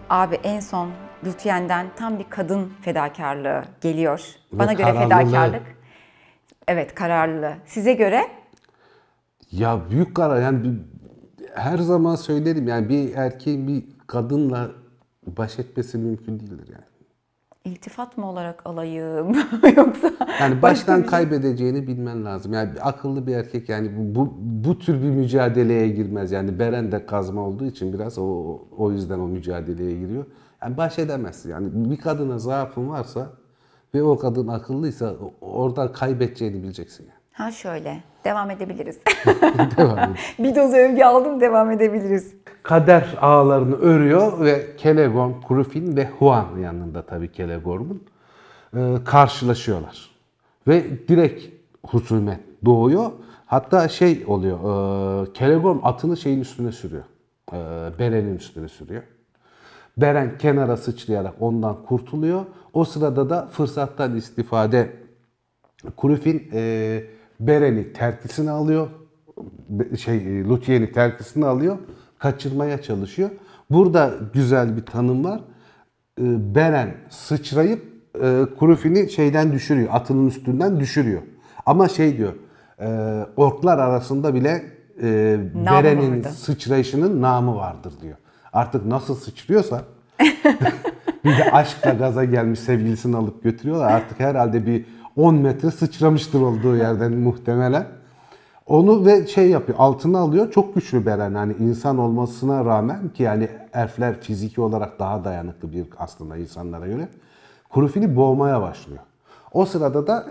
Abi en son Lütyen'den tam bir kadın fedakarlığı geliyor. Ve Bana göre kararlılığı. fedakarlık. Evet, kararlılığı. Size göre? Ya büyük karar yani her zaman söylerim yani bir erkeğin bir kadınla baş etmesi mümkün değildir yani. İltifat mı olarak alayım yoksa Yani başka baştan bir şey? kaybedeceğini bilmen lazım. Yani akıllı bir erkek yani bu tür bir mücadeleye girmez. Yani Beren de kazma olduğu için biraz o yüzden o mücadeleye giriyor. Yani baş edemezsin. Yani bir kadına zaafın varsa ve o kadın akıllıysa oradan kaybedeceğini bileceksin yani. Ha şöyle, devam edebiliriz. Devam edin. Bir doz övgü aldım, devam edebiliriz. Kader ağlarını örüyor ve Celegorm, Curufin ve Huan yanında tabii Celegorm'un karşılaşıyorlar. Ve direkt husumet doğuyor. Hatta şey oluyor, Celegorm atını şeyin üstüne sürüyor. Beren'in üstüne sürüyor. Beren kenara sıçrayarak ondan kurtuluyor. O sırada da fırsattan istifade Curufin Beren'i terkisine alıyor. Luthien'i terkisine alıyor. Kaçırmaya çalışıyor. Burada güzel bir tanım var. Beren sıçrayıp Curufin'i şeyden düşürüyor. Atının üstünden düşürüyor. Ama şey diyor. Orklar arasında bile Beren'in vardı. sıçrayışının namı vardır diyor. Artık nasıl sıçrıyorsa bir de aşkla gaza gelmiş sevgilisini alıp götürüyorlar. Artık herhalde bir 10 metre sıçramıştır olduğu yerden muhtemelen. Onu ve şey yapıyor, altına alıyor. Çok güçlü Beren. Hani insan olmasına rağmen ki yani elfler fiziki olarak daha dayanıklı bir aslında insanlara göre. Curufin'i boğmaya başlıyor. O sırada da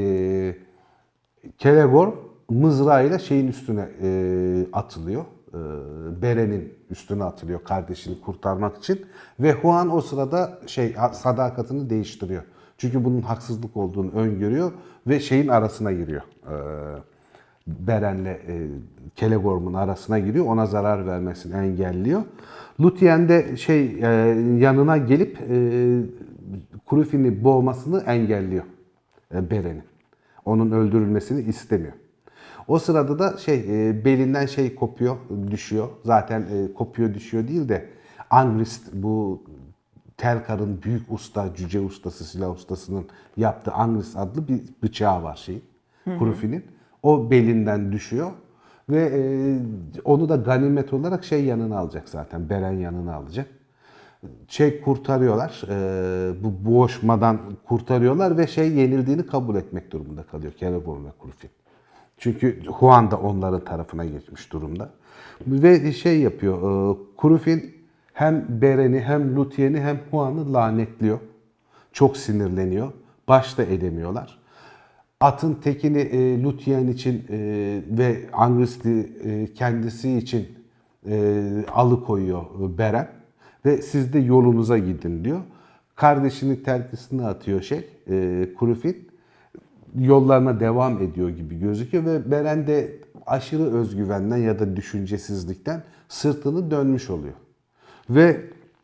Celegorm mızrağıyla şeyin üstüne atılıyor. Beren'in üstüne atılıyor kardeşini kurtarmak için. Ve Huan o sırada sadakatini değiştiriyor. Çünkü bunun haksızlık olduğunu öngörüyor ve şeyin arasına giriyor. Beren'le Celegorm'un arasına giriyor. Ona zarar vermesini engelliyor. Lúthien de yanına gelip Curufin'i boğmasını engelliyor Beren'in. Onun öldürülmesini istemiyor. O sırada da belinden kopuyor, düşüyor. Zaten kopuyor, düşüyor değil de Angrist bu Telkar'ın büyük usta, cüce ustası, silah ustasının yaptığı Angrist adlı bir bıçağı var Curufin'in. O belinden düşüyor ve onu da ganimet olarak yanına alacak zaten. Beren yanına alacak. Kurtarıyorlar. Bu boğuşmadan kurtarıyorlar ve yenildiğini kabul etmek durumunda kalıyor Celegorm ve Curufin. Çünkü Huan da onların tarafına geçmiş durumda. Ve yapıyor. Curufin hem Beren'i hem Lúthien'i hem Huan'ı lanetliyor. Çok sinirleniyor. Baş da edemiyorlar. Atın tekini Lúthien için ve Angrist'i kendisi için alıkoyuyor Beren. Ve siz de yolunuza gidin diyor. Kardeşini terkisine atıyor Curufin. Yollarına devam ediyor gibi gözüküyor ve Beren de aşırı özgüvenden ya da düşüncesizlikten sırtını dönmüş oluyor. Ve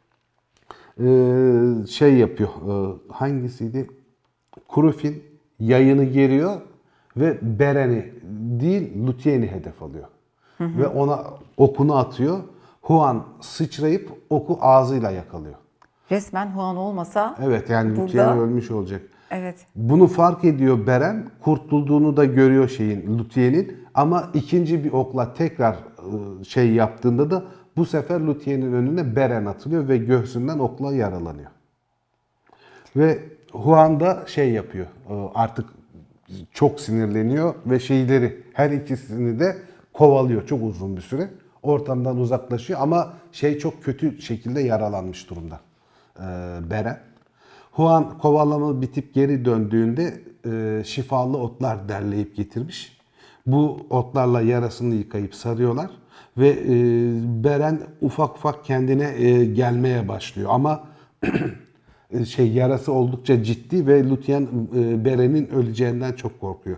yapıyor. Hangisiydi? Curufin yayını geriyor ve Beren'i değil Lúthien'i hedef alıyor. Ve ona okunu atıyor. Huan sıçrayıp oku ağzıyla yakalıyor. Resmen Huan olmasa Evet yani burada... Lúthien ölmüş olacak. Evet. Bunu fark ediyor Beren. Kurtulduğunu da görüyor Lúthien'in. Ama ikinci bir okla tekrar yaptığında da bu sefer Lúthien'in önüne Beren atılıyor ve göğsünden okla yaralanıyor. Ve Huan da yapıyor. Artık çok sinirleniyor ve her ikisini de kovalıyor çok uzun bir süre. Ortamdan uzaklaşıyor ama çok kötü şekilde yaralanmış durumda Beren. Huan kovalama bitip geri döndüğünde şifalı otlar derleyip getirmiş. Bu otlarla yarasını yıkayıp sarıyorlar ve Beren ufak ufak kendine gelmeye başlıyor. Ama yarası oldukça ciddi ve Lúthien Beren'in öleceğinden çok korkuyor.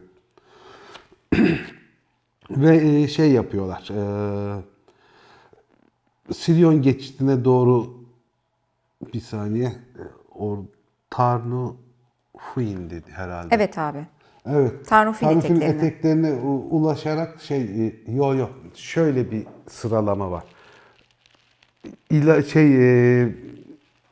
Ve yapıyorlar. Sirion geçidine doğru bir saniye Tarnufuin dedi herhalde. Evet abi. Evet. Tarnufuin eteklerine ulaşarak şöyle bir sıralama var.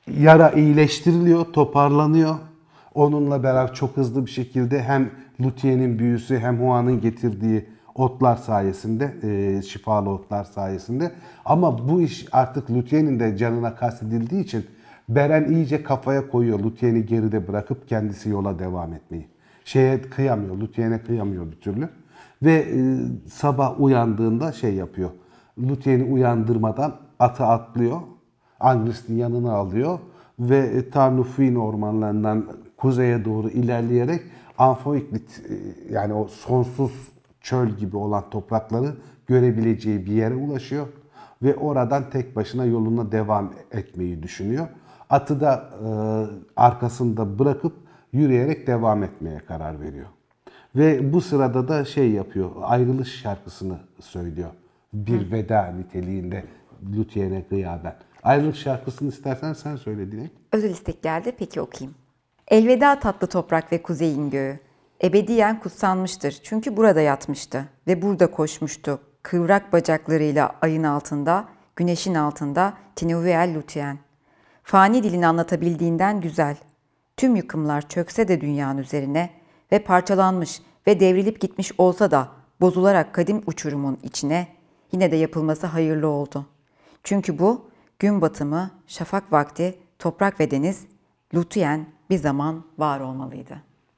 Yara iyileştiriliyor, toparlanıyor. Onunla beraber çok hızlı bir şekilde hem Luthien'in büyüsü hem Huan'ın getirdiği otlar sayesinde, şifalı otlar sayesinde. Ama bu iş artık Luthien'in de canına kastedildiği için Beren iyice kafaya koyuyor Luthien'i geride bırakıp kendisi yola devam etmeyi. Luthien'e kıyamıyor bir türlü. Ve sabah uyandığında şey yapıyor. Luthien'i uyandırmadan atı atlıyor. Angris'in yanına alıyor ve Tarnufiin ormanlarından kuzeye doğru ilerleyerek Anfoiklit, yani o sonsuz çöl gibi olan toprakları görebileceği bir yere ulaşıyor ve oradan tek başına yoluna devam etmeyi düşünüyor. Atı da arkasında bırakıp yürüyerek devam etmeye karar veriyor. Ve bu sırada da şey yapıyor, ayrılış şarkısını söylüyor. Bir veda niteliğinde Luthien'e gıyaben. Ayrılış şarkısını istersen sen söyle Dilek. Özel istek geldi, peki okuyayım. Elveda tatlı toprak ve kuzeyin göğü. Ebediyen kutsanmıştır çünkü burada yatmıştı ve burada koşmuştu. Kıvrak bacaklarıyla ayın altında, güneşin altında Tinuviel Luthien. Fani dilini anlatabildiğinden güzel. Tüm yıkımlar çökse de dünyanın üzerine ve parçalanmış ve devrilip gitmiş olsa da bozularak kadim uçurumun içine yine de yapılması hayırlı oldu. Çünkü bu gün batımı, şafak vakti, toprak ve deniz, Luthien bir zaman var olmalıydı.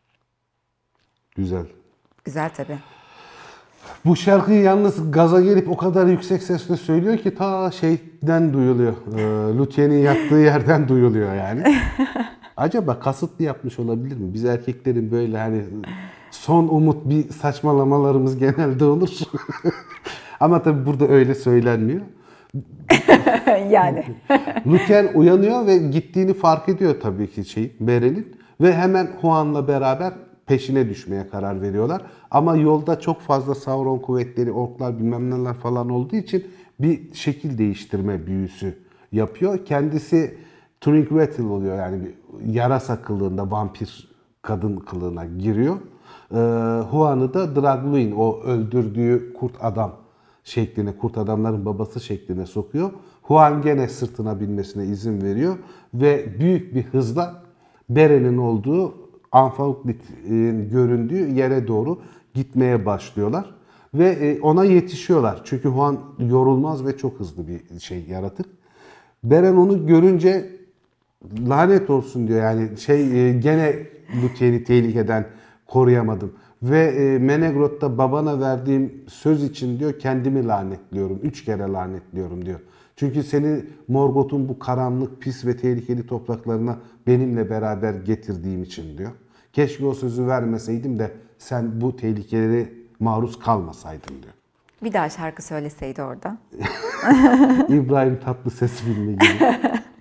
Güzel. Güzel tabii. Bu şarkıyı yalnız gaza gelip o kadar yüksek sesle söylüyor ki ta şeyden duyuluyor. Luthien'in yattığı yerden duyuluyor yani. Acaba kasıtlı yapmış olabilir mi? Biz erkeklerin böyle hani son umut bir saçmalamalarımız genelde olur. Ama tabii burada öyle söylenmiyor. Yani. Luthien uyanıyor ve gittiğini fark ediyor tabii ki Beren'in. Ve hemen Huan'la beraber peşine düşmeye karar veriyorlar. Ama yolda çok fazla Sauron kuvvetleri, orklar bilmem neler falan olduğu için bir şekil değiştirme büyüsü yapıyor. Kendisi Turing-Vettel oluyor, yani bir yarasa kılığında, vampir kadın kılığına giriyor. Huan'ı da Dragluin, o öldürdüğü kurt adam şekline, kurt adamların babası şekline sokuyor. Huan gene sırtına binmesine izin veriyor ve büyük bir hızla Beren'in olduğu, Anfoiklitin göründüğü yere doğru gitmeye başlıyorlar. Ve ona yetişiyorlar. Çünkü Huan yorulmaz ve çok hızlı bir yaratık. Beren onu görünce lanet olsun diyor, yani gene Luthien'i tehlikeden koruyamadım. Ve Menegroth'ta babana verdiğim söz için diyor kendimi lanetliyorum. 3 kere lanetliyorum diyor. Çünkü seni Morgoth'un bu karanlık, pis ve tehlikeli topraklarına benimle beraber getirdiğim için diyor. Keşke o sözü vermeseydim de sen bu tehlikelere maruz kalmasaydın diyor. Bir daha şarkı söyleseydi orada. İbrahim Tatlıses filmi gibi.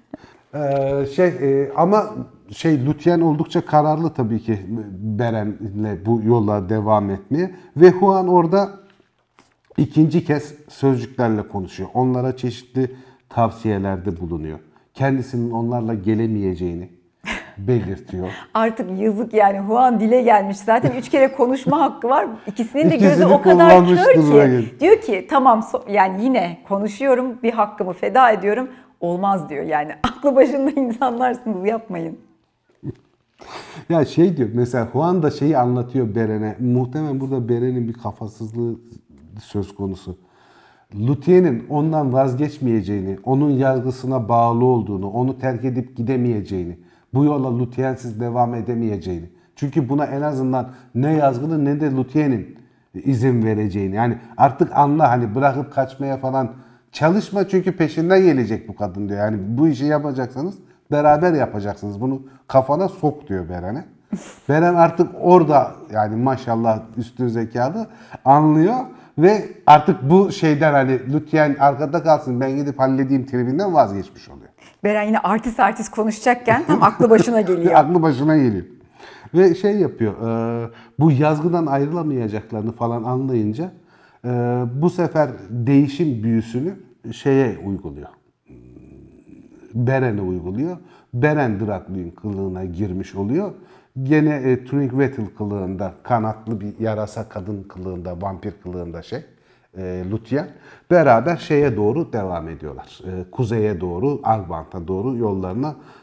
Ama Luthien oldukça kararlı tabii ki Beren'le bu yola devam etmeye. Ve Huan orada ikinci kez sözcüklerle konuşuyor. Onlara çeşitli tavsiyelerde bulunuyor. Kendisinin onlarla gelemeyeceğini belirtiyor. Artık yazık yani, Huan dile gelmiş. Zaten 3 kere konuşma hakkı var. İkisinin de gözü o kadar kör ki. Diyor ki tamam yani yine konuşuyorum, bir hakkımı feda ediyorum. Olmaz diyor yani. Aklı başında insanlarsınız, yapmayın. Ya diyor mesela, Huan da anlatıyor Beren'e. Muhtemelen burada Beren'in bir kafasızlığı söz konusu. Luthien'in ondan vazgeçmeyeceğini, onun yargısına bağlı olduğunu, onu terk edip gidemeyeceğini, bu yola Luthien'siz devam edemeyeceğini. Çünkü buna en azından ne yazgının ne de Luthien'in izin vereceğini. Yani artık anla, hani bırakıp kaçmaya falan çalışma, çünkü peşinden gelecek bu kadın diyor. Yani bu işi yapacaksanız beraber yapacaksınız. Bunu kafana sok diyor Beren'e. Beren artık orada, yani maşallah üstün zekalı, anlıyor ve artık bu hani Luthien arkada kalsın, ben gidip halledeyim tribinden vazgeçmiş oluyor. Beren yine artist konuşacakken tam aklı başına geliyor. Aklı başına geliyor. Ve yapıyor, bu yazgıdan ayrılamayacaklarını falan anlayınca bu sefer değişim büyüsünü uyguluyor. Beren'e uyguluyor. Beren Dragluin kılığına girmiş oluyor. Gene Turing-Vettel kılığında, kanatlı bir yarasa kadın kılığında, vampir kılığında Luthien. Beraber doğru devam ediyorlar. Kuzeye doğru, Angband'a doğru yollarına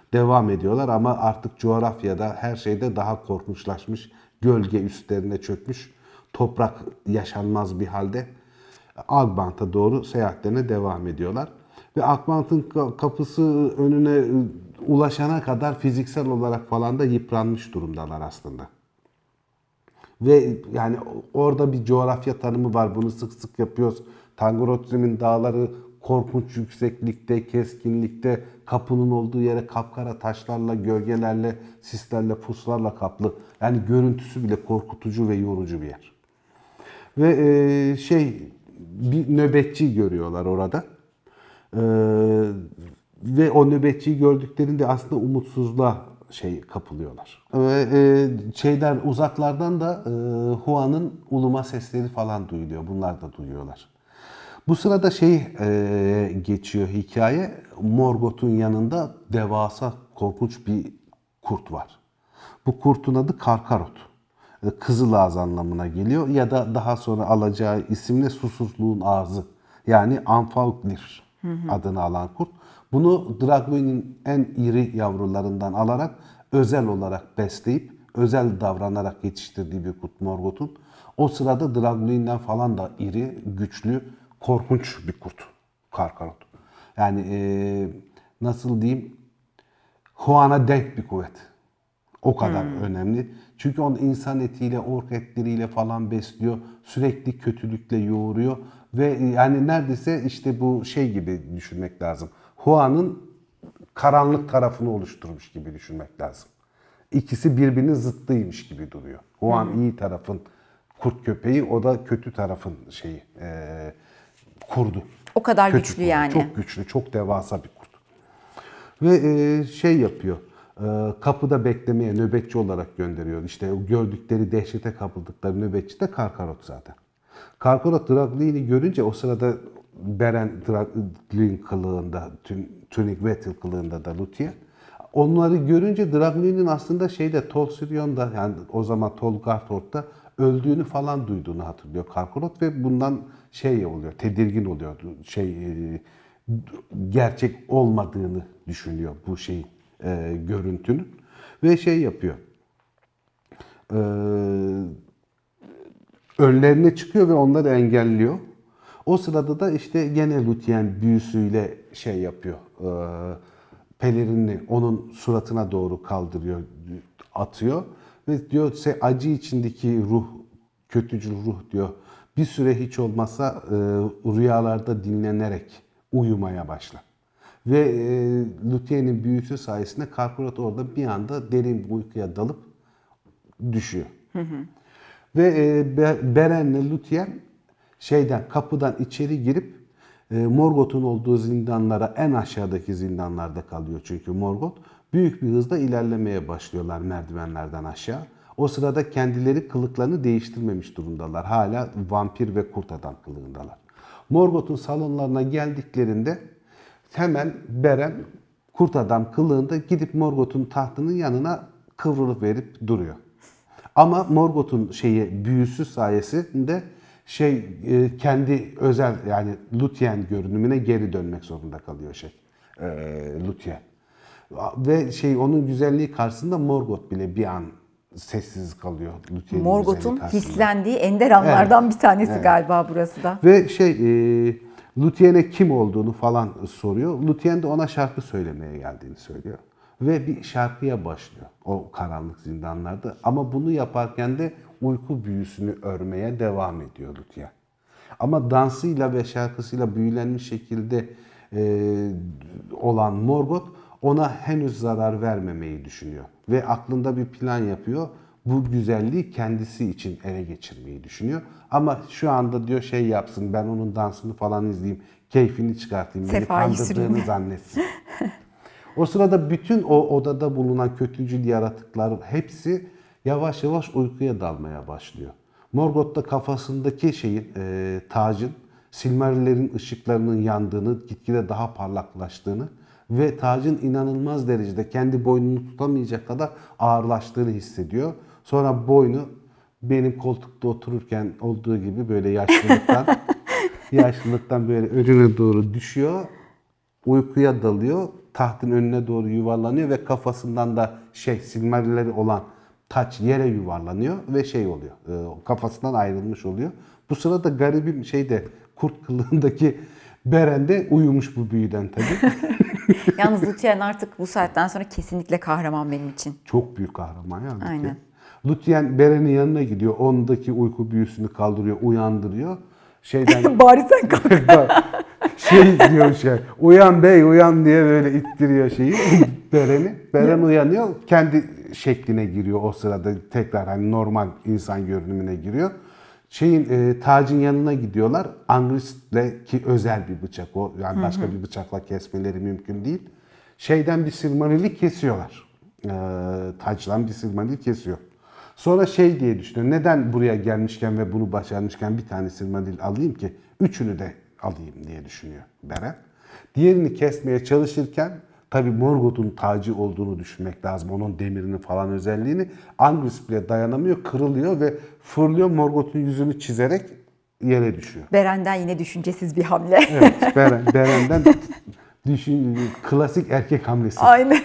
devam ediyorlar ama artık coğrafyada her şeyde daha korkunçlaşmış, gölge üstlerine çökmüş, toprak yaşanmaz bir halde Alkmaar'a doğru seyahatlerine devam ediyorlar. Ve Alkmaar'ın kapısı önüne ulaşana kadar fiziksel olarak falan da yıpranmış durumdalar aslında. Ve yani orada bir coğrafya tanımı var. Bunu sık sık yapıyoruz. Tangorotsi'nin dağları korkunç yükseklikte, keskinlikte, kapının olduğu yere kapkara taşlarla, gölgelerle, sislerle, puslarla kaplı. Yani görüntüsü bile korkutucu ve yorucu bir yer. Ve bir nöbetçi görüyorlar orada. Ve o nöbetçiyi gördüklerinde aslında umutsuzluğa kapılıyorlar. Ve uzaklardan da Huan'ın uluma sesleri falan duyuluyor. Bunlar da duyuyorlar. Bu sırada geçiyor hikaye. Morgoth'un yanında devasa korkunç bir kurt var. Bu kurtun adı Karkarot. Kızıl ağız anlamına geliyor ya da daha sonra alacağı isimle susuzluğun ağzı. Yani Anfauklir adını alan kurt. Bunu Drago'nun en iri yavrularından alarak özel olarak besleyip özel davranarak yetiştirdiği bir kurt Morgoth'un. O sırada Drago'ndan falan da iri, güçlü, korkunç bir kurt Karkarot. Yani nasıl diyeyim, Huan'a denk bir kuvvet. O kadar önemli. Çünkü onu insan etiyle, ork etleriyle falan besliyor. Sürekli kötülükle yoğuruyor. Ve yani neredeyse işte bu gibi düşünmek lazım. Huan'ın karanlık tarafını oluşturmuş gibi düşünmek lazım. İkisi birbirinin zıttıymış gibi duruyor. Huan iyi tarafın kurt köpeği, o da kötü tarafın kurdu. O kadar Kötü güçlü kurdu. yani. Çok güçlü, çok devasa bir kurt. Ve yapıyor. Kapıda beklemeye nöbetçi olarak gönderiyor. İşte o gördükleri, dehşete kapıldıkları nöbetçi de Karkarot zaten. Karkarot Dragli'ni görünce o sırada Beren Draglin kılığında, Tunic Vetil kılığında da Luthien. Onları görünce Dragli'nin aslında Tol Sirion'da, yani o zaman Tol Garthort'ta öldüğünü falan duyduğunu hatırlıyor Karkarot ve bundan oluyor, tedirgin oluyor. Gerçek olmadığını düşünüyor bu görüntünün ve yapıyor. Önlerine çıkıyor ve onları engelliyor. O sırada da işte gene Luthien büyüsüyle yapıyor. Pelerini onun suratına doğru kaldırıyor, atıyor ve diyor acı içindeki ruh, kötücül ruh diyor. Bir süre hiç olmazsa rüyalarda dinlenerek uyumaya başla. Ve Luthien'in büyüsü sayesinde Karkarot orada bir anda derin bir uykuya dalıp düşüyor. Ve Beren'le Luthien kapıdan içeri girip Morgoth'un olduğu zindanlara, en aşağıdaki zindanlarda kalıyor çünkü Morgoth. Büyük bir hızla ilerlemeye başlıyorlar merdivenlerden aşağı. O sırada kendileri kılıklarını değiştirmemiş durumdalar. Hala vampir ve kurt adam kılığındalar. Morgoth'un salonlarına geldiklerinde hemen Beren kurt adam kılığında gidip Morgoth'un tahtının yanına kıvrılıp verip duruyor. Ama Morgoth'un büyüsü sayesinde kendi özel, yani Luthien görünümüne geri dönmek zorunda kalıyor Luthien. Ve onun güzelliği karşısında Morgoth bile bir an sessiz kalıyor. Morgoth'un hislendiği ender anlardan bir tanesi galiba burası da. Ve Luthien'e kim olduğunu falan soruyor. Luthien de ona şarkı söylemeye geldiğini söylüyor. Ve bir şarkıya başlıyor o karanlık zindanlarda. Ama bunu yaparken de uyku büyüsünü örmeye devam ediyor Luthien. Ama dansıyla ve şarkısıyla büyülenmiş şekilde olan Morgoth ona henüz zarar vermemeyi düşünüyor. Ve aklında bir plan yapıyor. Bu güzelliği kendisi için ele geçirmeyi düşünüyor. Ama şu anda diyor yapsın, ben onun dansını falan izleyeyim, keyfini çıkartayım, beni kandırdığını zannetsin. O sırada bütün o odada bulunan kötücül yaratıklar hepsi yavaş yavaş uykuya dalmaya başlıyor. Morgoth da kafasındaki tacın Silmarillerin ışıklarının yandığını, gitgide daha parlaklaştığını ve tacın inanılmaz derecede kendi boynunu tutamayacak kadar ağırlaştığını hissediyor. Sonra boynu benim koltukta otururken olduğu gibi böyle yaşlılıktan böyle önüne doğru düşüyor uykuya dalıyor. Tahtın önüne doğru yuvarlanıyor ve kafasından da silmarileri olan taç yere yuvarlanıyor ve oluyor. Kafasından ayrılmış oluyor. Bu sırada garibim kurt kılığındaki Beren de uyumuş bu büyüden tabii. Yalnız Lúthien artık bu saatten sonra kesinlikle kahraman benim için. Çok büyük kahraman ya Lúthien. Aynen. Lúthien Beren'in yanına gidiyor. Ondaki uyku büyüsünü kaldırıyor, uyandırıyor. Bari sen kalk. Diyor uyan bey uyan diye böyle ittiriyor Beren'i. Beren uyanıyor, kendi şekline giriyor o sırada, tekrar hani normal insan görünümüne giriyor. Tacın yanına gidiyorlar. Angrist'le, ki özel bir bıçak o. Yani başka bir bıçakla kesmeleri mümkün değil. Bir Silmaril'i kesiyorlar. Tac'dan bir Silmaril kesiyor. Sonra diye düşünüyor. Neden buraya gelmişken ve bunu başarmışken bir tane Silmaril alayım ki? Üçünü de alayım diye düşünüyor Beren. Diğerini kesmeye çalışırken tabii Morgoth'un tacı olduğunu düşünmek lazım. Onun demirinin falan özelliğini. Angrist bile dayanamıyor, kırılıyor ve fırlıyor, Morgoth'un yüzünü çizerek yere düşüyor. Beren'den yine düşüncesiz bir hamle. Evet, Beren'den klasik erkek hamlesi. Aynen.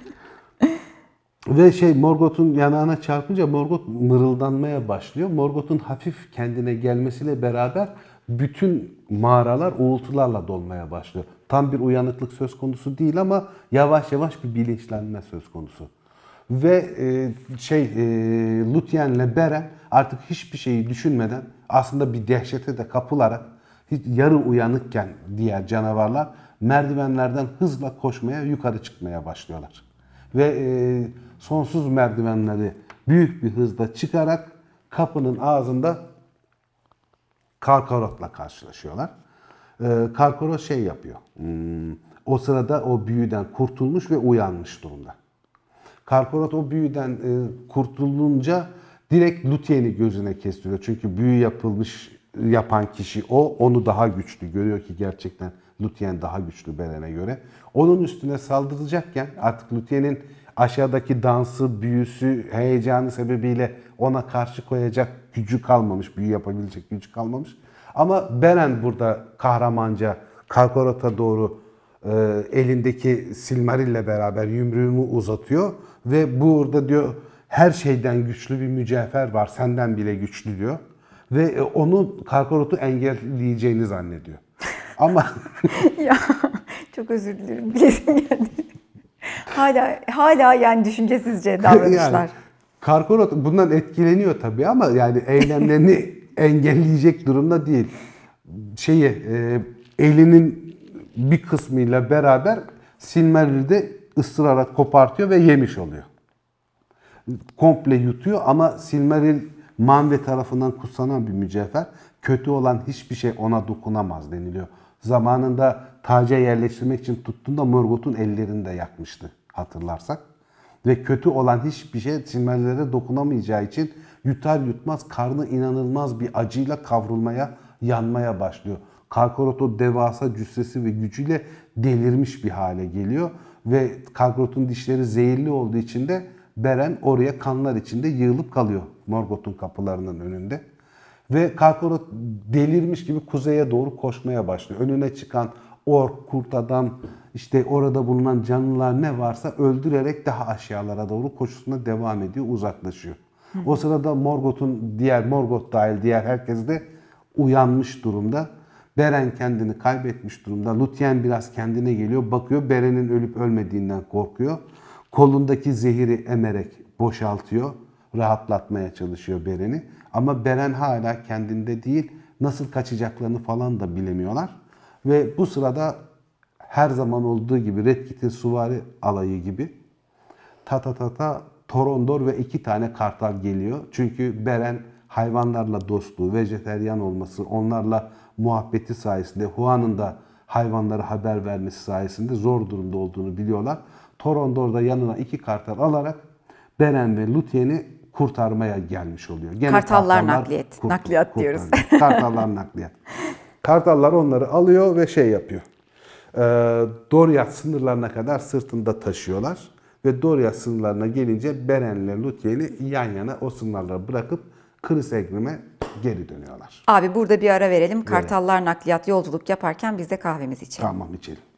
Ve Morgoth'un yanağına çarpınca Morgoth mırıldanmaya başlıyor. Morgoth'un hafif kendine gelmesiyle beraber bütün mağaralar uğultularla dolmaya başlıyor. Tam bir uyanıklık söz konusu değil ama yavaş yavaş bir bilinçlenme söz konusu. Ve Lúthien'le Beren artık hiçbir şeyi düşünmeden, aslında bir dehşete de kapılarak, yarı uyanıkken diğer canavarlar merdivenlerden hızla koşmaya, yukarı çıkmaya başlıyorlar. Ve sonsuz merdivenleri büyük bir hızla çıkarak kapının ağzında Karkaroth'la karşılaşıyorlar. Karkaroth yapıyor. O sırada o büyüden kurtulmuş ve uyanmış durumda. Karkaroth o büyüden kurtulunca direkt Lúthien'i gözüne kestiriyor. Çünkü büyü yapan kişi o. Onu daha güçlü görüyor ki gerçekten Lúthien daha güçlü Beren'e göre. Onun üstüne saldıracakken artık Lúthien'in aşağıdaki dansı, büyüsü, heyecanı sebebiyle ona karşı koyacak gücü kalmamış, büyü yapabilecek gücü kalmamış. Ama Beren burada kahramanca Karkaroth'a doğru elindeki Silmaril'le beraber yumruğunu uzatıyor ve burada diyor her şeyden güçlü bir mücevher var, senden bile güçlü diyor. Ve onu Karkaroth'u engelleyeceğini zannediyor. Ama Ya çok özür dilerim. Bilesim geldi. Hala yani düşüncesizce davranışlar. yani Karkaroth bundan etkileniyor tabii ama yani eylemlerini engelleyecek durumda değil. Elinin bir kısmıyla beraber Silmaril'i de ısırarak kopartıyor ve yemiş oluyor. Komple yutuyor ama Silmaril Manwe tarafından kutsanan bir mücevher. Kötü olan hiçbir şey ona dokunamaz deniliyor. Zamanında taca yerleştirmek için tuttuğunda Morgoth'un ellerini de yakmıştı hatırlarsak. Ve kötü olan hiçbir şey Silmarillere dokunamayacağı için yutar yutmaz karnı inanılmaz bir acıyla kavrulmaya, yanmaya başlıyor. Karkaroth o devasa cüssesi ve gücüyle delirmiş bir hale geliyor. Ve Karkaroth'un dişleri zehirli olduğu için de Beren oraya kanlar içinde yığılıp kalıyor Morgoth'un kapılarının önünde. Ve Karkaroth delirmiş gibi kuzeye doğru koşmaya başlıyor. Önüne çıkan ork, kurt adam, orada bulunan canlılar ne varsa öldürerek daha aşağılara doğru koşusuna devam ediyor, uzaklaşıyor. O sırada Morgoth dahil diğer herkes de uyanmış durumda. Beren kendini kaybetmiş durumda. Lúthien biraz kendine geliyor, bakıyor Beren'in ölüp ölmediğinden korkuyor. Kolundaki zehiri emerek boşaltıyor, rahatlatmaya çalışıyor Beren'i. Ama Beren hala kendinde değil, nasıl kaçacaklarını falan da bilemiyorlar. Ve bu sırada her zaman olduğu gibi Red Kit'in süvari alayı gibi Torondor ve 2 tane kartal geliyor. Çünkü Beren hayvanlarla dostluğu, vejeteryan olması, onlarla muhabbeti sayesinde, Huan'ın da hayvanlara haber vermesi sayesinde zor durumda olduğunu biliyorlar. Torondor da yanına 2 kartal alarak Beren ve Lúthien'i kurtarmaya gelmiş oluyor. Gene Kartallar nakliyat diyoruz. Kartallar nakliyat. Kartallar onları alıyor ve yapıyor. Doriath sınırlarına kadar sırtında taşıyorlar. Ve Doriath sınırlarına gelince Beren'le Lúthien'i yan yana o sınırları bırakıp Khris Egrim'e geri dönüyorlar. Abi burada bir ara verelim. Kartallar nakliyat yolculuk yaparken biz de kahvemizi içelim. Tamam, içelim.